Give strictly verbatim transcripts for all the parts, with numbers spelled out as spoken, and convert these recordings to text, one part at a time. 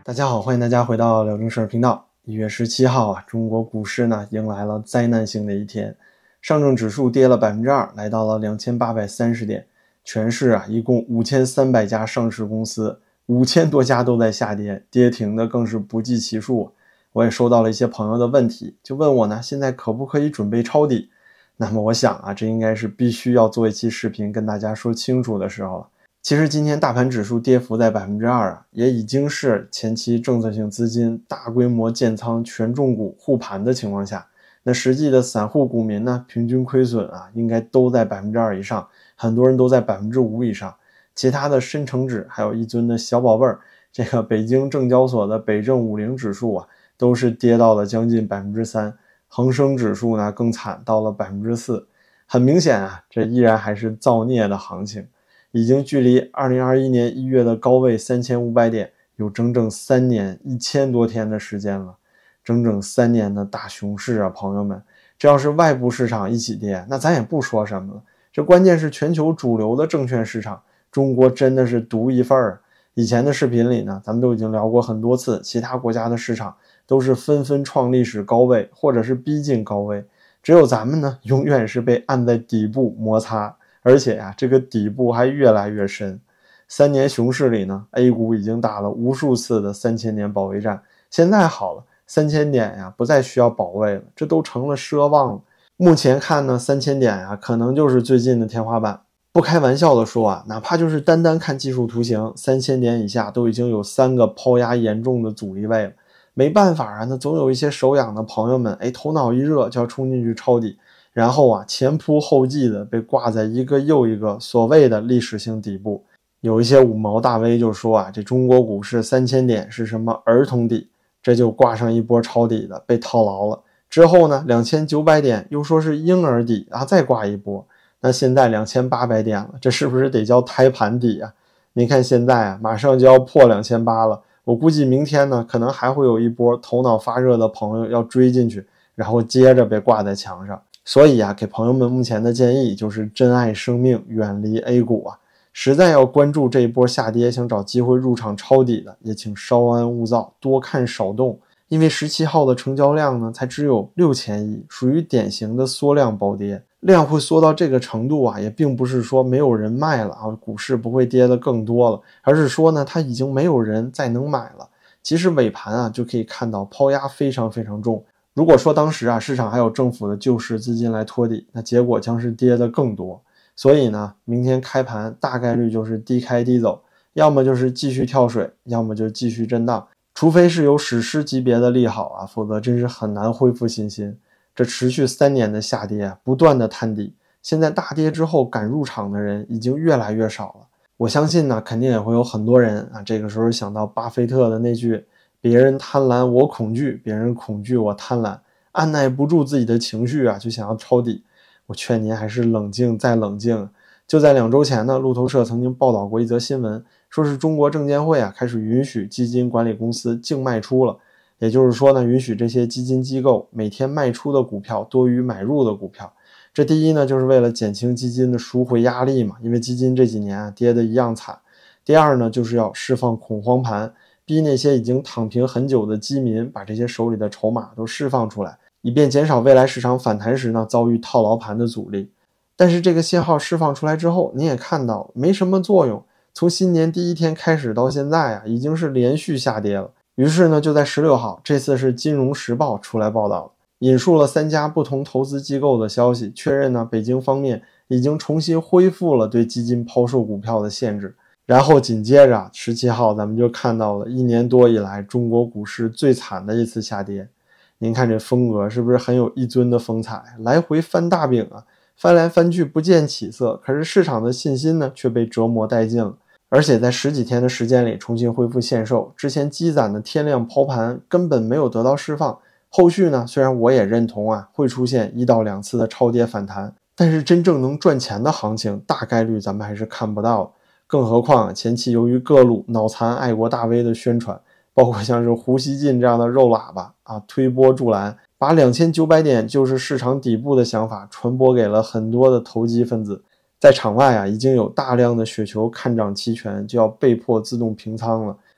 大家好，欢迎大家回到辽宁社频道。一月十七号啊，中国股市呢迎来了灾难性的一天，上证指数跌了 百分之二， 来到了两千八百三十点。全市啊一共五千三百家上市公司，五千多家都在下跌，跌停的更是不计其数。我也收到了一些朋友的问题，就问我呢，现在可不可以准备抄底？那么我想啊，这应该是必须要做一期视频跟大家说清楚的时候了。其实今天大盘指数跌幅在 百分之二 啊，也已经是前期政策性资金大规模建仓权重股护盘的情况下，那实际的散户股民呢，平均亏损啊，应该都在 百分之二 以上，很多人都在 百分之五 以上。其他的深成指还有一尊的小宝贝儿，这个北京证交所的北证五零指数啊，都是跌到了将近 百分之三， 恒生指数呢更惨，到了 百分之四。 很明显啊，这依然还是造孽的行情。已经距离二零二一年一月的高位三千五百点有整整三年一千多天的时间了，整整三年的大熊市啊，朋友们，这要是外部市场一起跌，那咱也不说什么了。这关键是全球主流的证券市场，中国真的是独一份儿。以前的视频里呢，咱们都已经聊过很多次，其他国家的市场都是纷纷创历史高位，或者是逼近高位，只有咱们呢，永远是被按在底部摩擦。而且呀、啊，这个底部还越来越深。三年熊市里呢 ，A 股已经打了无数次的三千点保卫战。现在好了，三千点呀，不再需要保卫了，这都成了奢望了。目前看呢，三千点呀，可能就是最近的天花板。不开玩笑的说啊，哪怕就是单单看技术图形，三千点以下都已经有三个抛压严重的阻力位了。没办法啊，那总有一些手痒的朋友们，哎，头脑一热就要冲进去抄底。然后啊，前仆后继的被挂在一个又一个所谓的历史性底部。有一些五毛大 V 就说啊，这中国股市三千点是什么儿童底，这就挂上一波抄底的，被套牢了。之后呢，两千九百点又说是婴儿底啊，再挂一波。那现在两千八百点了，这是不是得叫胎盘底啊？你看现在啊，马上就要破两千八了。我估计明天呢，可能还会有一波头脑发热的朋友要追进去，然后接着被挂在墙上。所以啊，给朋友们目前的建议就是珍爱生命，远离 A 股啊。实在要关注这一波下跌，想找机会入场抄底的，也请稍安勿躁，多看少动。因为十七号的成交量呢，才只有六千亿，属于典型的缩量暴跌。量会缩到这个程度啊，也并不是说没有人卖了啊，股市不会跌得更多了，而是说呢，它已经没有人再能买了。其实尾盘啊，就可以看到抛压非常非常重。如果说当时啊，市场还有政府的救市资金来托底，那结果将是跌得更多。所以呢，明天开盘大概率就是低开低走，要么就是继续跳水，要么就继续震荡。除非是有史诗级别的利好啊，否则真是很难恢复信心。这持续三年的下跌啊，不断的探底，现在大跌之后敢入场的人已经越来越少了。我相信呢，肯定也会有很多人啊，这个时候想到巴菲特的那句，别人贪婪我恐惧，别人恐惧我贪婪，按耐不住自己的情绪啊，就想要抄底。我劝您还是冷静再冷静。就在两周前呢，路透社曾经报道过一则新闻，说是中国证监会啊开始允许基金管理公司净卖出了，也就是说呢，允许这些基金机构每天卖出的股票多于买入的股票。这第一呢，就是为了减轻基金的赎回压力嘛，因为基金这几年啊跌得一样惨。第二呢，就是要释放恐慌盘，逼那些已经躺平很久的基民把这些手里的筹码都释放出来，以便减少未来市场反弹时呢遭遇套牢盘的阻力。但是这个信号释放出来之后，你也看到没什么作用，从新年第一天开始到现在啊，已经是连续下跌了。于是呢，就在十六号，这次是金融时报出来报道了，引述了三家不同投资机构的消息，确认呢北京方面已经重新恢复了对基金抛售股票的限制。然后紧接着十七号咱们就看到了一年多以来中国股市最惨的一次下跌。您看这风格是不是很有一尊的风采，来回翻大饼啊，翻来翻去不见起色，可是市场的信心呢却被折磨殆尽了。而且在十几天的时间里重新恢复限售，之前积攒的天量抛盘根本没有得到释放。后续呢，虽然我也认同啊会出现一到两次的超跌反弹，但是真正能赚钱的行情大概率咱们还是看不到。更何况前期由于各路脑残爱国大 V 的宣传，包括像是胡锡进这样的肉喇叭啊，推波助澜，把两千九百点就是市场底部的想法传播给了很多的投机分子。在场外啊，已经有大量的雪球看涨期权就要被迫自动平仓了，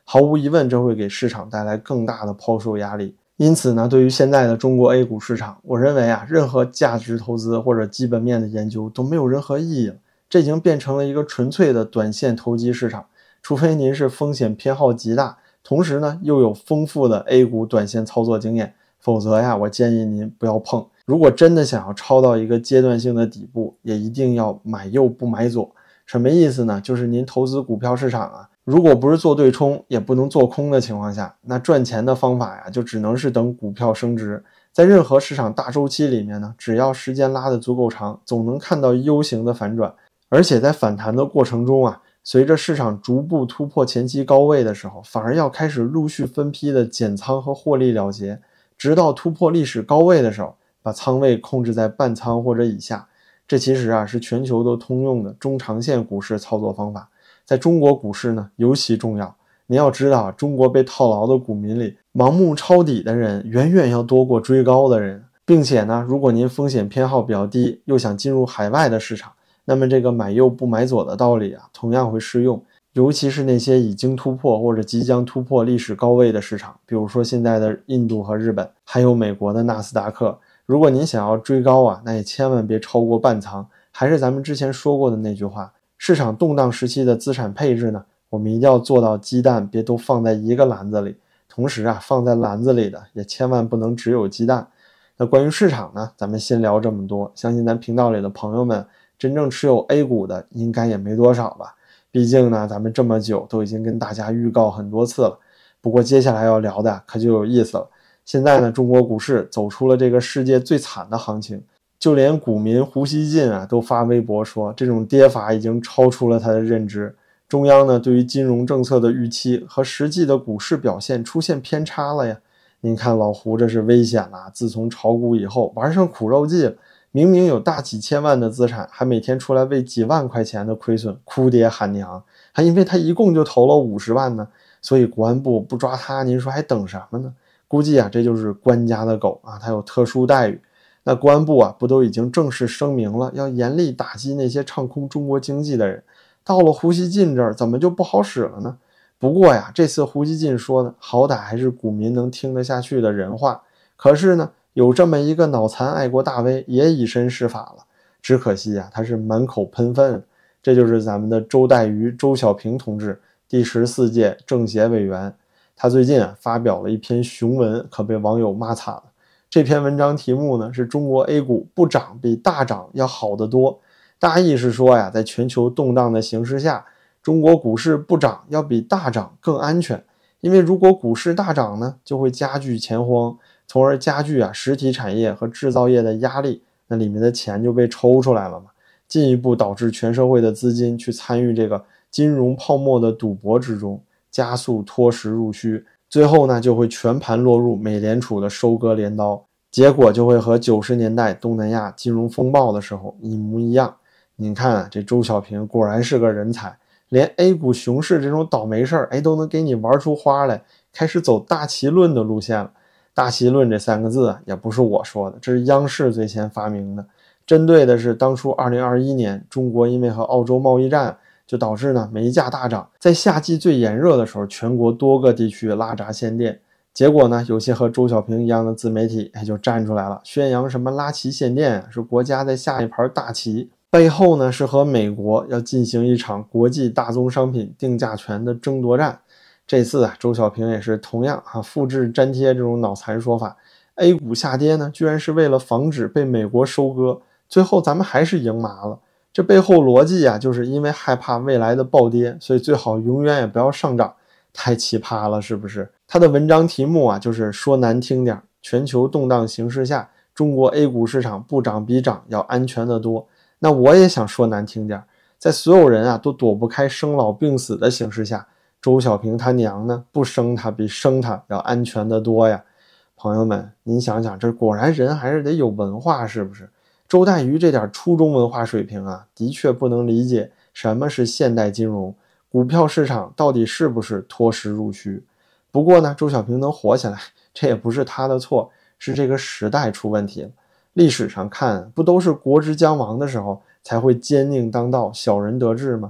毫无疑问这会给市场带来更大的抛售压力。因此呢，对于现在的中国 A 股市场，我认为啊，任何价值投资或者基本面的研究都没有任何意义了，这已经变成了一个纯粹的短线投机市场。除非您是风险偏好极大，同时呢又有丰富的 A 股短线操作经验，否则呀，我建议您不要碰。如果真的想要抄到一个阶段性的底部，也一定要买右不买左。什么意思呢？就是您投资股票市场啊，如果不是做对冲，也不能做空的情况下，那赚钱的方法呀，就只能是等股票升值。在任何市场大周期里面呢，只要时间拉得足够长，总能看到 U 型的反转。而且在反弹的过程中啊，随着市场逐步突破前期高位的时候，反而要开始陆续分批的减仓和获利了结，直到突破历史高位的时候，把仓位控制在半仓或者以下。这其实啊是全球都通用的中长线股市操作方法，在中国股市呢尤其重要。您要知道，中国被套牢的股民里，盲目抄底的人远远要多过追高的人，并且呢，如果您风险偏好比较低，又想进入海外的市场，那么这个买右不买左的道理啊，同样会适用。尤其是那些已经突破或者即将突破历史高位的市场，比如说现在的印度和日本，还有美国的纳斯达克。如果您想要追高啊，那也千万别超过半仓。还是咱们之前说过的那句话，市场动荡时期的资产配置呢，我们一定要做到鸡蛋别都放在一个篮子里，同时啊，放在篮子里的也千万不能只有鸡蛋。那关于市场呢，咱们先聊这么多，相信咱频道里的朋友们真正持有 A 股的应该也没多少吧，毕竟呢，咱们这么久都已经跟大家预告很多次了。不过接下来要聊的可就有意思了。现在呢，中国股市走出了这个世界最惨的行情，就连股民胡锡进啊都发微博说，这种跌法已经超出了他的认知。中央呢对于金融政策的预期和实际的股市表现出现偏差了呀。您看老胡这是危险了，自从炒股以后玩上苦肉计了，明明有大几千万的资产，还每天出来为几万块钱的亏损哭爹喊娘，还因为他一共就投了五十万呢，所以国安部不抓他，您说还等什么呢？估计啊，这就是官家的狗啊，它有特殊待遇。那公安部啊，不都已经正式声明了，要严厉打击那些唱空中国经济的人。到了胡锡进这儿，怎么就不好使了呢？不过呀，这次胡锡进说的，好歹还是股民能听得下去的人话。可是呢，有这么一个脑残爱国大 V 也以身试法了，只可惜啊，他是满口喷粪。这就是咱们的周代瑜周小平同志，第十四届政协委员。他最近啊发表了一篇雄文，可被网友骂惨了。这篇文章题目呢是中国 A 股不涨比大涨要好得多。大意是说呀，在全球动荡的形势下，中国股市不涨要比大涨更安全。因为如果股市大涨呢，就会加剧钱荒，从而加剧啊实体产业和制造业的压力，那里面的钱就被抽出来了嘛，进一步导致全社会的资金去参与这个金融泡沫的赌博之中，加速脱实入虚，最后呢就会全盘落入美联储的收割镰刀，结果就会和九十年代东南亚金融风暴的时候一模一样。你看啊，这周小平果然是个人才，连 A 股熊市这种倒霉事儿，哎，都能给你玩出花来，开始走大旗论的路线了。大旗论这三个字啊，也不是我说的，这是央视最先发明的，针对的是当初二零二一年中国因为和澳洲贸易战，就导致呢煤价大涨，在夏季最炎热的时候，全国多个地区拉闸限电。结果呢，有些和周小平一样的自媒体哎就站出来了，宣扬什么拉旗限电是国家在下一盘大棋，背后呢是和美国要进行一场国际大宗商品定价权的争夺战。这次啊，周小平也是同样啊复制粘贴这种脑残说法， A 股下跌呢居然是为了防止被美国收割，最后咱们还是赢麻了。这背后逻辑啊，就是因为害怕未来的暴跌，所以最好永远也不要上涨。太奇葩了，是不是？他的文章题目啊，就是说难听点，全球动荡形势下，中国 A 股市场不涨比涨要安全得多。那我也想说难听点，在所有人啊都躲不开生老病死的形势下，周小平他娘呢，不生他比生他要安全得多呀。朋友们，您想想，这果然人还是得有文化，是不是？周代瑜这点初中文化水平啊，的确不能理解什么是现代金融，股票市场到底是不是脱实入虚。不过呢，周小平能火起来，这也不是他的错，是这个时代出问题了。历史上看，不都是国之将亡的时候才会奸佞当道，小人得志吗？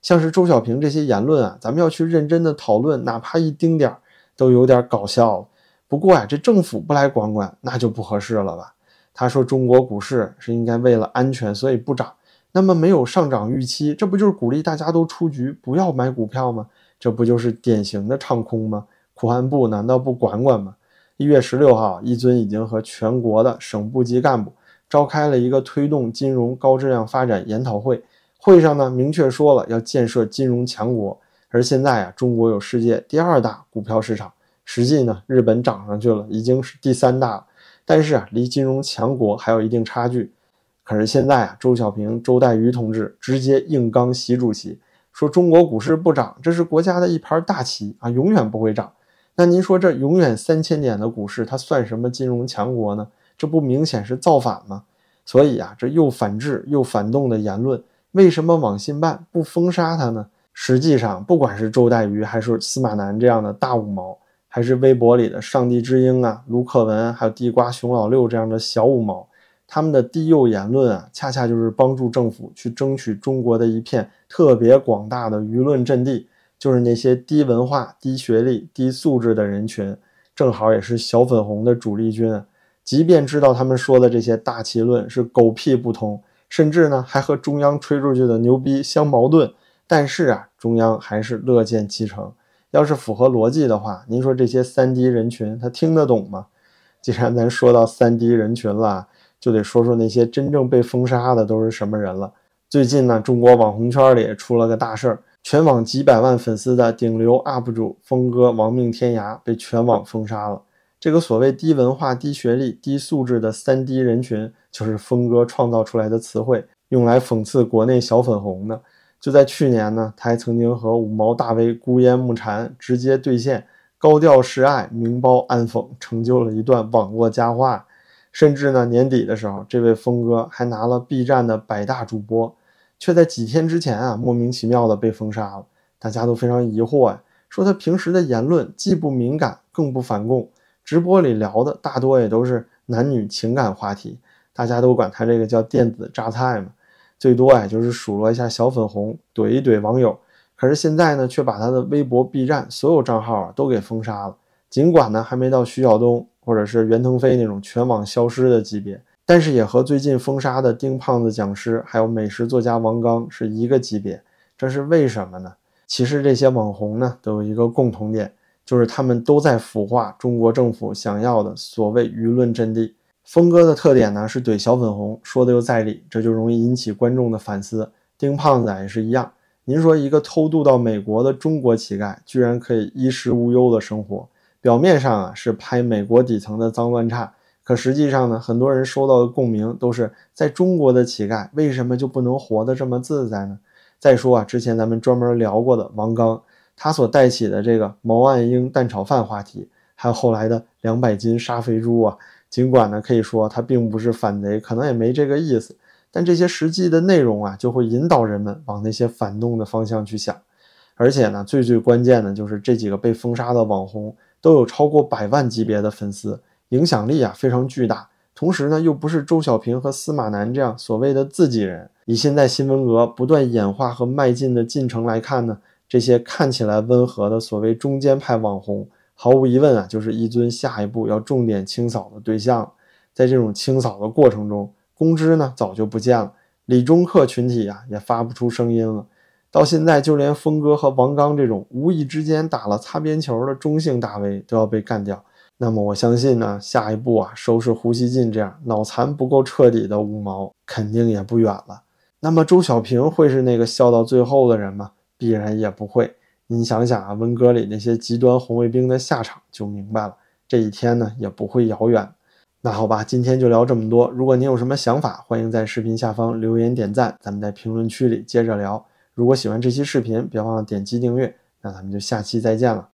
像是周小平这些言论啊，咱们要去认真的讨论，哪怕一丁点儿都有点搞笑了。不过啊，这政府不来管管，那就不合适了吧？他说中国股市是应该为了安全所以不涨，那么没有上涨预期，这不就是鼓励大家都出局，不要买股票吗？这不就是典型的唱空吗？库安部难道不管管吗？一月十六号，一尊已经和全国的省部级干部召开了一个推动金融高质量发展研讨会，会上呢明确说了要建设金融强国。而现在啊，中国有世界第二大股票市场，实际呢日本涨上去了，已经是第三大了，但是啊离金融强国还有一定差距。可是现在啊，周小平周代瑜同志直接硬刚习主席，说中国股市不涨，这是国家的一盘大棋啊，永远不会涨。那您说这永远三千点的股市，它算什么金融强国呢？这不明显是造反吗？所以啊，这又反制又反动的言论，为什么网信办不封杀它呢？实际上，不管是周代瑜还是司马南这样的大五毛，还是微博里的上帝之鹰啊、卢克文还有地瓜熊老六这样的小五毛，他们的低幼言论啊，恰恰就是帮助政府去争取中国的一片特别广大的舆论阵地，就是那些低文化、低学历、低素质的人群，正好也是小粉红的主力军啊。即便知道他们说的这些大旗论是狗屁不通，甚至呢还和中央吹出去的牛逼相矛盾，但是啊，中央还是乐见其成。要是符合逻辑的话，您说这些三低人群他听得懂吗？既然咱说到三低人群了，就得说说那些真正被封杀的都是什么人了。最近呢，中国网红圈里也出了个大事儿，全网几百万粉丝的顶流 U P 主峰哥亡命天涯被全网封杀了。这个所谓低文化、低学历、低素质的三低人群，就是峰哥创造出来的词汇，用来讽刺国内小粉红的。就在去年呢，他还曾经和五毛大 V 孤烟木蝉直接兑现高调示爱，明褒暗讽，成就了一段网络佳话。甚至呢，年底的时候，这位峰哥还拿了 B 站的百大主播，却在几天之前啊，莫名其妙的被封杀了。大家都非常疑惑呀，说他平时的言论既不敏感，更不反共，直播里聊的大多也都是男女情感话题，大家都管他这个叫电子榨菜嘛，最多呀就是数落一下小粉红，怼一怼网友。可是现在呢，却把他的微博、B 站所有账号啊都给封杀了。尽管呢还没到徐晓东或者是袁腾飞那种全网消失的级别，但是也和最近封杀的丁胖子讲师还有美食作家王刚是一个级别。这是为什么呢？其实这些网红呢都有一个共同点，就是他们都在腐化中国政府想要的所谓舆论阵地。峰哥的特点呢是怼小粉红，说的又在理，这就容易引起观众的反思。丁胖子也是一样，您说一个偷渡到美国的中国乞丐居然可以衣食无忧的生活，表面上啊是拍美国底层的脏乱差，可实际上呢，很多人收到的共鸣都是在中国的乞丐为什么就不能活得这么自在呢？再说啊，之前咱们专门聊过的王刚，他所带起的这个毛岸英蛋炒饭话题，还有后来的两百斤杀肥猪啊，尽管呢可以说他并不是反贼，可能也没这个意思，但这些实际的内容啊，就会引导人们往那些反动的方向去想。而且呢，最最关键的就是这几个被封杀的网红都有超过百万级别的粉丝，影响力啊非常巨大。同时呢，又不是周小平和司马南这样所谓的自己人。以现在新闻额不断演化和迈进的进程来看呢，这些看起来温和的所谓中间派网红，毫无疑问啊，就是一尊下一步要重点清扫的对象。在这种清扫的过程中，公知呢早就不见了，理中客群体啊也发不出声音了。到现在，就连峰哥和王刚这种无意之间打了擦边球的中性大 V 都要被干掉。那么我相信呢，下一步啊，收拾胡锡进这样脑残不够彻底的五毛，肯定也不远了。那么周小平会是那个笑到最后的人吗？必然也不会。您想想啊，文革里那些极端红卫兵的下场就明白了，这一天呢也不会遥远。那好吧，今天就聊这么多。如果您有什么想法，欢迎在视频下方留言点赞，咱们在评论区里接着聊。如果喜欢这期视频，别忘了点击订阅。那咱们就下期再见了。